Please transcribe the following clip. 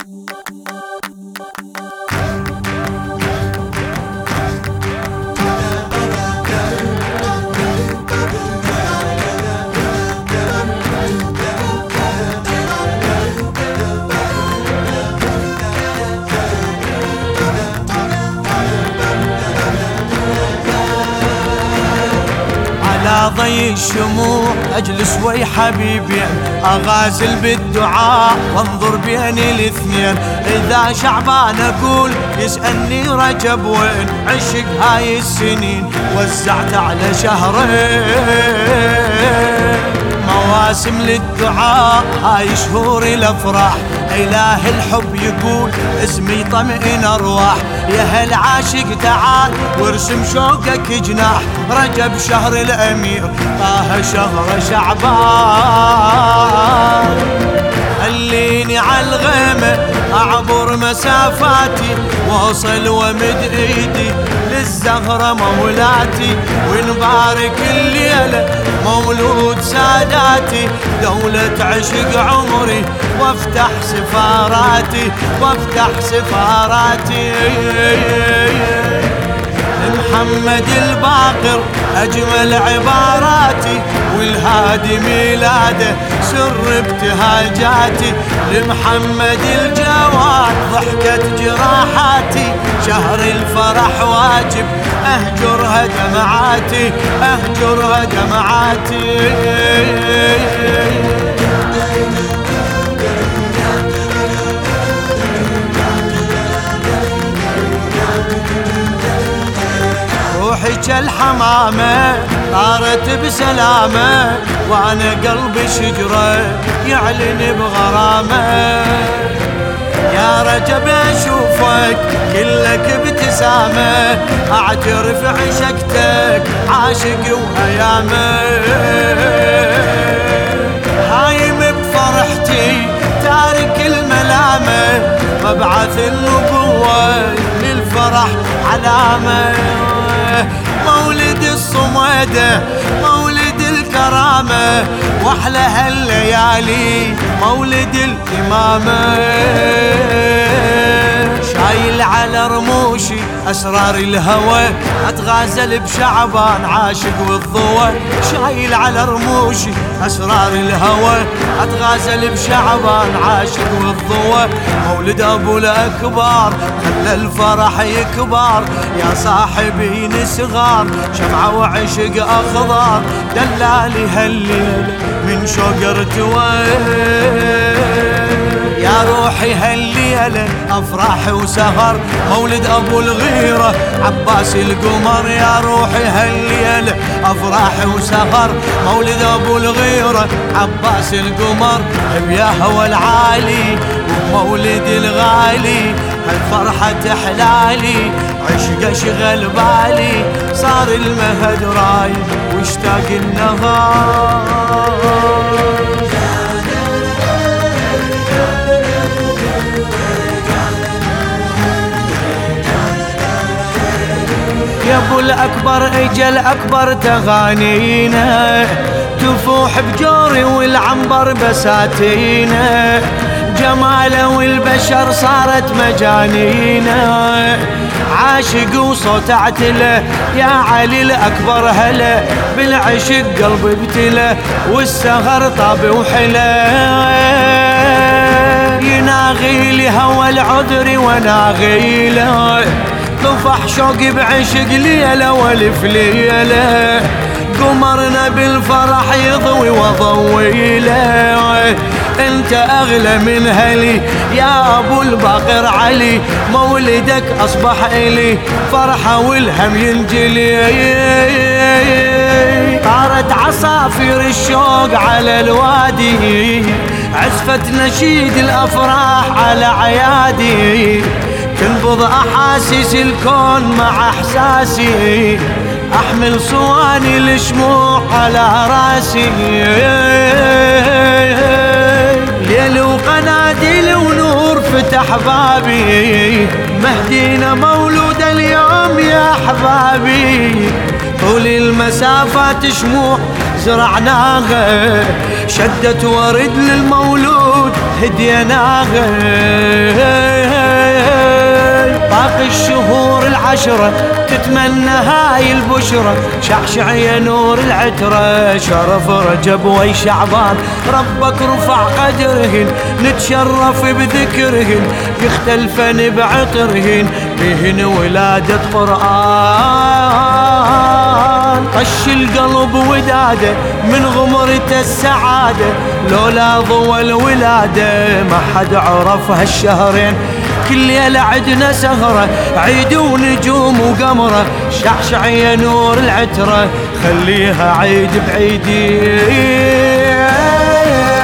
على ضي الشموع أجلس وي حبيبي أغازل بالدعاء وانظر بين الاثنين. إذا شعبان أقول يسألني رجب وين، عشق هاي السنين وزعت على شهرين. مواسم للدعاء هاي شهور الأفراح، إله الحب يقول اسمي طمئن أرواح. يا هل عاشق تعال وارسم شوقك جناح، رجب شهر الأمير طه شهر شعبان. خليني عالغيمة أعبر مسافاتي، واصل ومد ايدي للزهرة مولاتي، ونبارك الليلة مولود ساداتي. دولة عشق عمري وافتح سفاراتي، وافتح سفاراتي. محمد الباقر أجمل عباراتي، والهادي ميلاده سر ابتهاجاتي. لمحمد الجواد ضحكت جراحاتي، شهر الفرح واجب أهجرها دمعاتي، أهجرها دمعاتي. روحي كالحمامة طارت بسلامة، وانا قلبي شجرة يعلن بغرامة. يا رجب اشوفك كلك ابتسامة، اعترف عشقتك عاشق وهيامة. هايم بفرحتي تارك الملامة، مبعث النبوة للفرح علامة. مولد الصميدة مولد الكرامة، واحلى هالليالي مولد الإمامة. شايل على رموشي أسرار الهوى، أتغازل بشعبان عاشق والضوى. شايل على رموشي أسرار الهوى، أتغازل بشعبان عاشق والضوى. مولد أبو الأكبر خلى الفرح يكبر، يا صاحبي صغار شمعة وعشق أخضر. دلالي هالليل من شوق ارتوى، يا روحي هالليلة أفراح وسهر. مولد أبو الغيرة عباس القمر، يا روحي هالليلة أفراح وسهر. مولد أبو الغيرة عباس القمر، بيا هوى العالي ومولد الغالي. هالفرحة تحلالي عشق شغل بالي، صار المهد رايح واشتاق النهار. يا ابو الاكبر اجل اكبر تغانينا، تفوح بجوري والعنبر بساتينا. جماله والبشر صارت مجانينا، عاشق وصوت اعتله يا علي الاكبر. هلا بالعشق قلبي ابتلى، والسهر طاب وحلا. يناغي لي هوى العذر وناغي له، طفح شوقي بعشق ليلة والف ليلة. قمرنا بالفرح يضوي وضوي له، انت اغلى من هلي يا ابو الباقر علي. مولدك اصبح الي فرحة والهم ينجلي. طارت عصافير الشوق على الوادي، عزفت نشيد الافراح على عيادي. تنبض احاسيس الكون مع احساسي، احمل صواني الشموع على راسي. ليل وقناديل ونور فتح بابي، مهدينا مولود اليوم يا احبابي. طول المسافات شموع زرعناها، شدت ورد للمولود هديناها. العشرة تتمنى هاي البشرة. شعشع يا نور العترة شرف رجب وي شعبان ربك رفع قدرهن نتشرف بذكرهن يختلفن بعطرهن بهن ولادة قرآن. طش القلب وداده من غمرته السعادة لولا ضوى الولادة ما حد عرف هالشهرين. كل ليلة عدنا سهرة عيد ونجوم وقمرة شعشع يا نور العترة خليها عيد بعيدي.